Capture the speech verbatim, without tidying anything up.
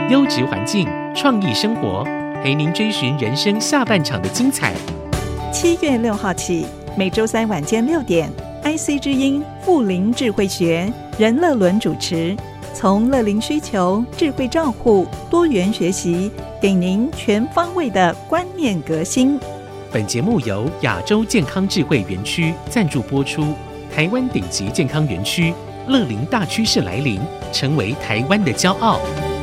优质环境，创意生活，陪您追寻人生下半场的精彩。 七月六号起，每周三晚间六点 ，I C 之音富林智慧学，任乐伦主持，从乐龄需求、智慧照护、多元学习，给您全方位的观念革新。 本节目由亚洲健康智慧园区赞助播出。台湾顶级健康园区，乐龄大趋势来临，成为台湾的骄傲。